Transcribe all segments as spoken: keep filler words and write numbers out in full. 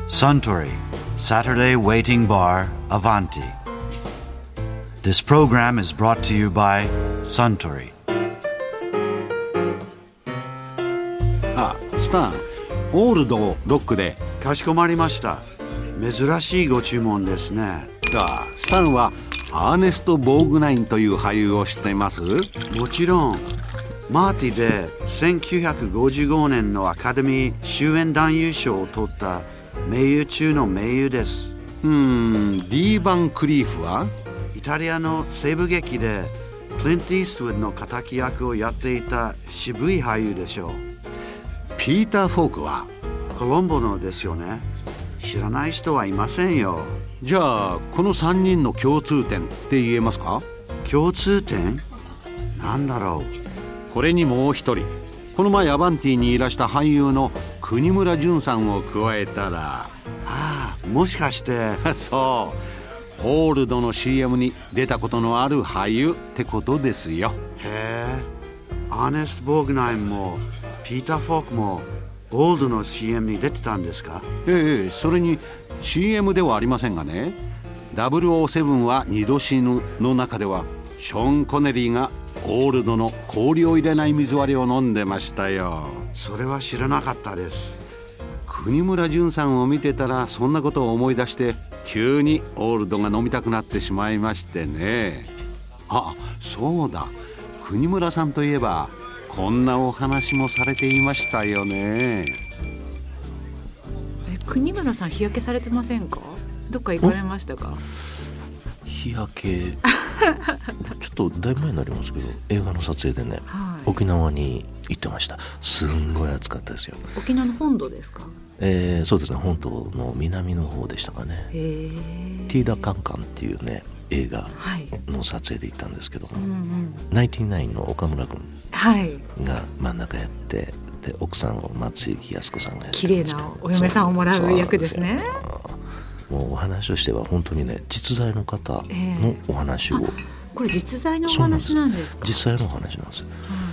Suntory Saturday Waiting Bar Avanti. This program is brought to you by Suntory. あ、スタン、オールドをロックで。 かしこまりました。珍しいご注文ですね。 あ、スタンはアーネスト・ボーグナインという俳優を知っています？ もちろん。マーティでせんきゅうひゃくごじゅうごねんのアカデミー主演男優賞を取った名優中の名優です。 うーん、リー・バン・クリーフはイタリアの西部劇でクリント・イーストウッドの敵役をやっていた渋い俳優でしょう。 ピーター・フォークはコロンボのですよね。知らない人はいませんよ。 じゃあこのさんにんの共通点って言えますか？ 共通点？なんだろう。 これにもう一人、この前アバンティにいらした俳優の国村淳さんを加えたら、 ああ、もしかしてそうオールドの シーエム に出たことのある俳優ってことですよ。 へえ、アーネスト・ボーグナインもピーター・フォークもオールドの シーエム に出てたんですか？ ええ、それに シーエム ではありませんがね、ダブルオーセブンは二度死ぬの中ではショーン・コネリーがオールドの氷を入れない水割りを飲んでましたよ。 それは知らなかったです。 国村淳さんを見てたらそんなことを思い出して急にオールドが飲みたくなってしまいましてね。あ、そうだ、国村さんといえばこんなお話もされていましたよね。 え、国村さん日焼けされてませんか？どっか行かれましたか？ 日焼けちょっとだいぶ前になりますけど、映画の撮影でね、はい、沖縄に行ってました。すんごい暑かったですよ。 沖縄の本土ですか？ えー、そうですね、本島の南の方でしたかね。 へティーダカンカンっていうね映画の撮影で行ったんですけども、はい、うんうん、ナインティナインの岡村君が真ん中やって、で奥さんを松雪泰子さんがやってるんですけど、 綺麗なお嫁さんをもらう役ですね。 もうお話としては本当にね、実在の方のお話を、えー、 これ実在のお話なんですか？ 実際のお話なんです、はい、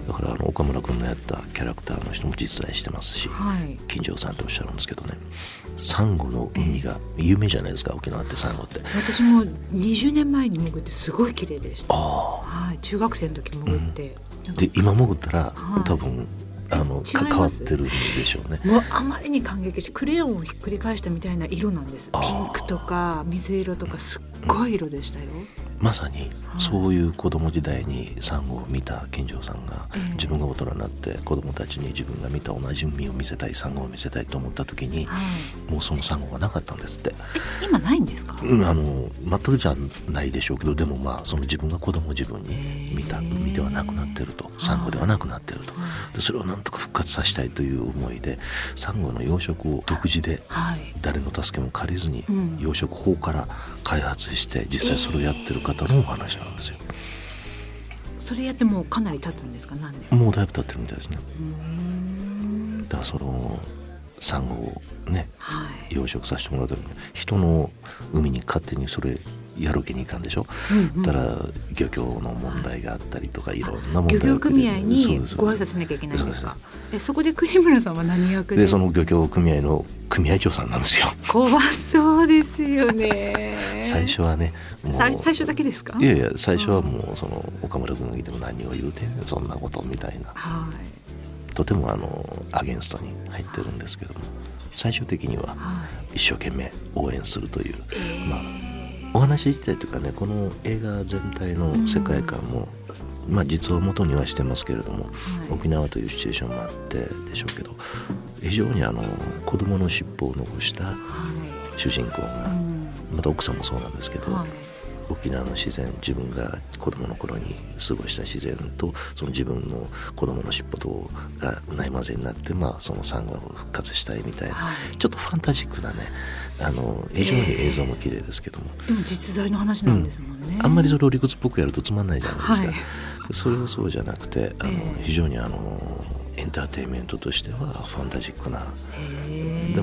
だからあの岡村君のやったキャラクターの人も実在してますし、はい、金城さんとおっしゃるんですけどね、サンゴの海が有名じゃないですか、沖縄ってサンゴって。 私もにじゅうねんまえに潜ってすごい綺麗でした。あ、はい、中学生の時潜って、 うん、で今潜ったら、はい、多分あの変わってるんでしょうね。 もうあまりに感激してクレヨンをひっくり返したみたいな色なんです。ピンクとか水色とかすっごい色でしたよ、 うん、まさにそういう子供時代にサンゴを見た金城さんが、えー、自分が大人になって子供たちに自分が見た同じ海を見せたい、サンゴを見せたいと思った時に、はい、もうそのサンゴがなかったんですって。 今ないんですか？ うん、あの全くじゃないでしょうけど、でもまあその自分が子供自分に見た海ではなくなってると、サンゴではなくなってると、でそれをなんとか復活させたいという思いでサンゴの養殖を独自で誰の助けも借りずに養殖法から開発して実際それをやってる方のお話なんですよ。 それやってもうかなり経つんですか？何年？ もうだいぶ経ってるみたいですね。うーん、だからそのサンゴをね、はい、養殖させてもらうために人の海に勝手にそれやるわけにいかんでしょ、うんうん、だから漁協の問題があったりとかいろんな問題が、 漁業組合にご挨拶しなきゃいけないんですか？え、そこで国村さんは何役で？ でその漁協組合の組合長さんなんですよ。 怖そうですよね。 最初はね、 もう最初だけですか？ いやいや、最初はもうその岡村君がいても何を言うてんねんそんなことみたいな、はい、とてもあのアゲンストに入ってるんですけども、最終的には一生懸命応援するという、はい、まあお話自体というかね、この映画全体の世界観も、うん、まあ実話を元にはしてますけれども、はい、沖縄というシチュエーションもあってでしょうけど、非常にあの子供の尻尾を残した主人公が、はい、また奥さんもそうなんですけど、はい、沖縄の自然、自分が子供の頃に過ごした自然とその自分の子供の尻尾とがないまぜになって、まあ、そのサンゴを復活したいみたいな、はい、ちょっとファンタジックなね、あの非常に映像も綺麗ですけども、 えー、でも実在の話なんですもんね、 うん、あんまりそれを理屈っぽくやるとつまんないじゃないですか、はい、それはそうじゃなくて、あの、えー、非常にあのエンターテインメントとしてはファンタジックな、でも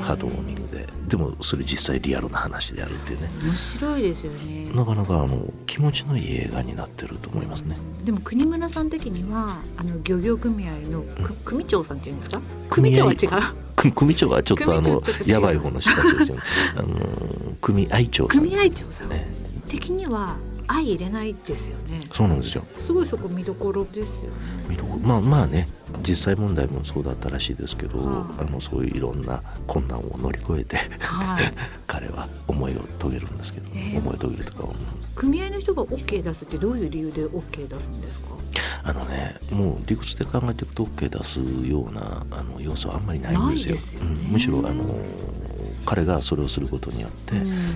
ハートウォーミングで、でもそれ実際リアルな話であるっていうね。 面白いですよね。 なかなかあの気持ちのいい映画になってると思いますね。 でも国村さん的にはあの漁業組合の組長さんっていうんですか、組長は違う、 組長はちょっとあのやばい方の人たちですよね。あの組合長さん、 組合長さん、ね、的には相入れないですよね。 そうなんですよ。 すごいそこ見どころですよね。 見どころ、まあまあね、実際問題もそうだったらしいですけど、 はあ、 あのそういういろんな困難を乗り越えて、 はい、 彼は思いを遂げるんですけど、えー、思いを遂げるとか、 組合の人が OK 出すってどういう理由で OK 出すんですか？ あのね、もう理屈で考えていくと OK 出すようなあの要素はあんまりないんですよ。 ですよね。 うん、むしろあの彼がそれをすることによって、うん、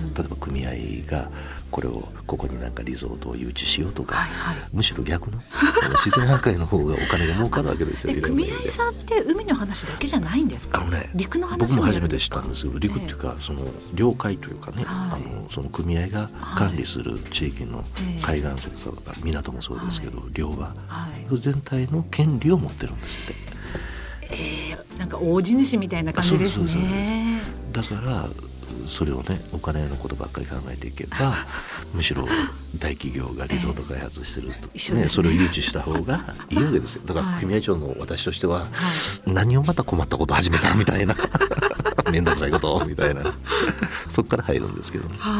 例えば組合がこれをここになんかリゾートを誘致しようとか、はいはい、むしろ逆のその自然破壊の方がお金が儲かるわけですよ。 組合さんって海の話だけじゃないんですか？ あの、ね、 陸の話僕も初めて知ったんですけど、陸っていうか、えー、その領海というかね、はい、あのその組合が管理する地域の海岸とか、はい、港もそうですけど、はい、領は、はい、全体の権利を持ってるんですって。 えー、なんか大地主みたいな感じですね。 そうそうそう。だからそれをね、お金のことばっかり考えていけばむしろ大企業がリゾート開発してると、えーねね、それを誘致した方がいいわけですよ。だから組合長の私としては、はい、何をまた困ったこと始めたみたいなめんどくさいことみたいなそこから入るんですけどね。 はい、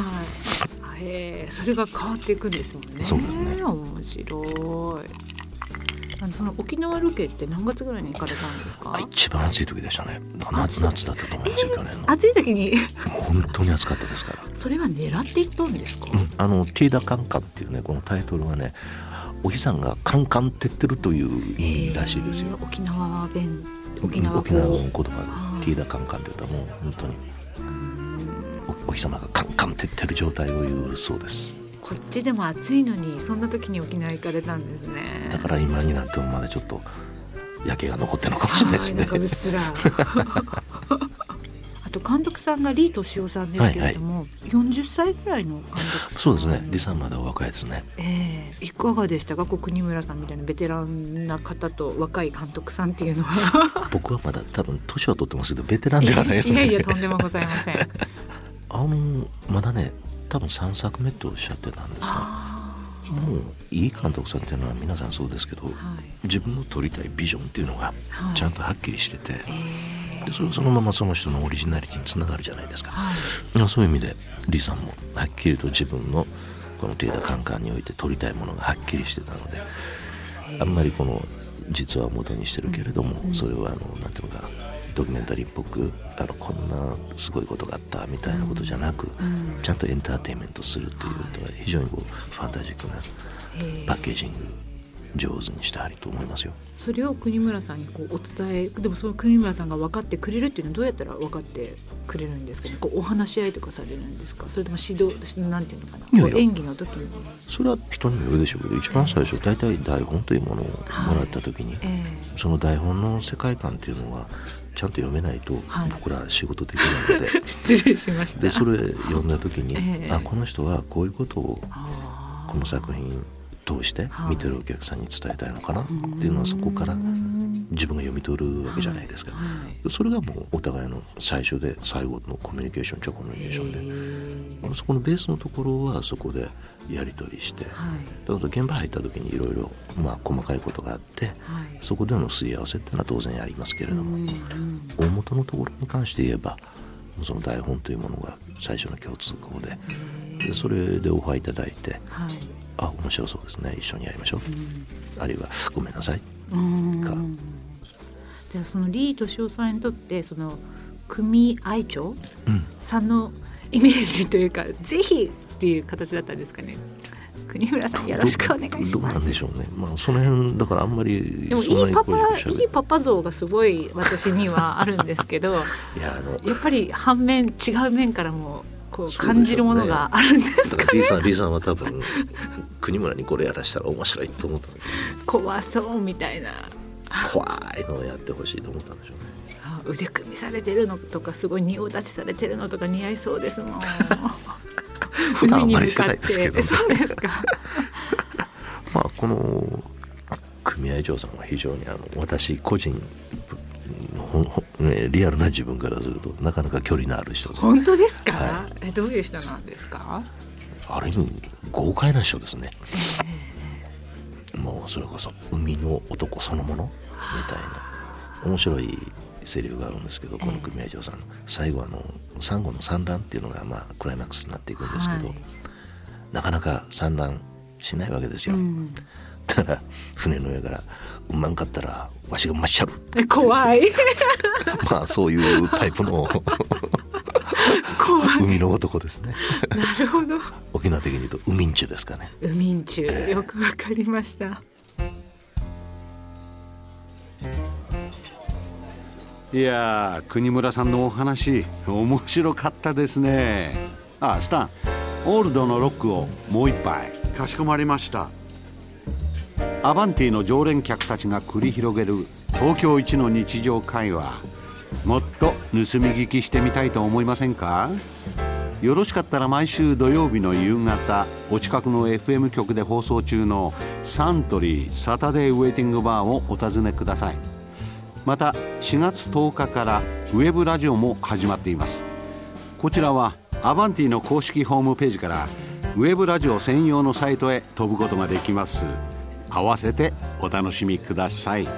えー、それが変わっていくんですもんね。 そうですね。 面白い。あのその沖縄ロケって何月ぐらいに行かれたんですか？ 一番暑い時でしたね。夏, 夏だったと思いますよ、えー、去年の暑い時に本当に暑かったですから。 それは狙っていったんですか？ うん、あのティーダカンカンっていうね、このタイトルはね、お日さんがカンカンってってるという意味らしいですよ。 えー、沖縄弁、沖縄語、沖縄の言葉でティーダカンカンって言ったらもう本当に お, お日様がカンカンってってる状態を言うそうです。 こっちでも暑いのにそんな時に沖縄行かれたんですね。 だから今になってもまだちょっと焼けが残ってるのかもしれないですね。 なんかうっすらあと監督さんがリー敏夫さんですけれども、はいはい、よんじゅっさいぐらいの監督さん。 そうですね。リさんまだお若いですね。 えー、いかがでしたか？国村さんみたいなベテランな方と若い監督さんっていうのは僕はまだ多分年は取ってますけどベテランではないのでいやいやとんでもございませんあのまだね、多分さんさくめっておっしゃってたんですが、もういい監督さんっていうのは皆さんそうですけど、はい、自分の撮りたいビジョンっていうのがちゃんとはっきりしてて、はい、でそれそのままその人のオリジナリティにつながるじゃないですか、はい、そういう意味でリさんもはっきりと自分のこのテーダカンカンにおいて撮りたいものがはっきりしてたので、あんまりこの実話を元にしてるけれども、うん、それはあのなんていうのかドキュメンタリーっぽくあのこんなすごいことがあったみたいなことじゃなく、うん、ちゃんとエンターテインメントするということが非常にこうファンタジックなパッケージング上手にしてありと思いますよ。 それを国村さんにこうお伝え、でもその国村さんが分かってくれるっていうのはどうやったら分かってくれるんですかね？こうお話し合いとかされるんですか？それとも指導なんていうのかな、いやいや演技の時に。 それは人にもよるでしょうけど、一番最初大体台本というものをもらった時に、はいえー、その台本の世界観っていうのはちゃんと読めないと僕ら仕事できないので、はい、 失礼しました。 でそれ読んだ時に、 えー、 あこの人はこういうことをこの作品通して見てるお客さんに伝えたいのかなっていうのはそこから自分が読み取るわけじゃないですか、はいはい、それがもうお互いの最初で最後のコミュニケーションちゃコミュニケーションで、そこのベースのところはそこでやり取りして、はい、だから現場入った時にいろいろ細かいことがあって、はい、そこでのすり合わせっていうのは当然ありますけれども、大元のところに関して言えばその台本というものが最初の共通項で、でそれでオファーいただいて、はい、あ面白そうですね一緒にやりましょう、うん、あるいはごめんなさいか。 じゃあそのリー敏夫さんにとってその組合長さんのイメージというか、うん、ぜひっていう形だったんですかね？国村さんよろしくお願いします。 どうなんでしょうね、まあ、その辺だからあんまりでもいいパパいいパパ像がすごい私にはあるんですけどいやあのやっぱり反面違う面からもこう感じるものがあるんですかね。 リーさん、リーさんは多分国村にこれやらしたら面白いと思ったので怖そうみたいな怖いのをやってほしいと思ったんでしょうね。 腕組みされてるのとかすごい仁王立ちされてるのとか似合いそうですもん普段あんまりしてないですけどそうですかまあこの組合長さんは非常にあの私個人ね、リアルな自分からするとなかなか距離のある人で。 本当ですか、 はい、 えどういう人なんですか？ ある意味豪快な人ですね、えー、もうそれこそ海の男そのものみたいな面白いセリフがあるんですけど、この組合長さんの最後あのサンゴの産卵っていうのがまあクライマックスになっていくんですけど、はい、なかなか産卵しないわけですよ、うん、だから船の上からうまんかったらわしがまっしゃるって怖いまあそういうタイプの海の男ですね。 なるほど。 沖縄的に言うと海んちゅですかね。 海んちゅ、えー、よくわかりました。 いやー、国村さんのお話面白かったですね。あ、スタン、オールドのロックをもう一杯。 かしこまりました。 アバンティの常連客たちが繰り広げる東京一の日常会話、もっと盗み聞きしてみたいと思いませんか？よろしかったら毎週土曜日の夕方、お近くの エフエム 局で放送中のサントリーサタデーウェイティングバーをお尋ねください。またしがつとおかからウェブラジオも始まっています。こちらはアバンティの公式ホームページからウェブラジオ専用のサイトへ飛ぶことができます。合わせてお楽しみください。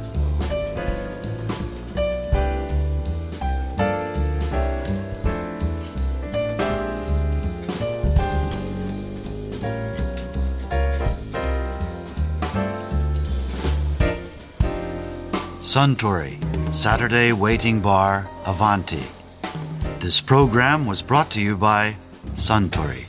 Suntory Saturday Waiting Bar Avanti. This program was brought to you by Suntory.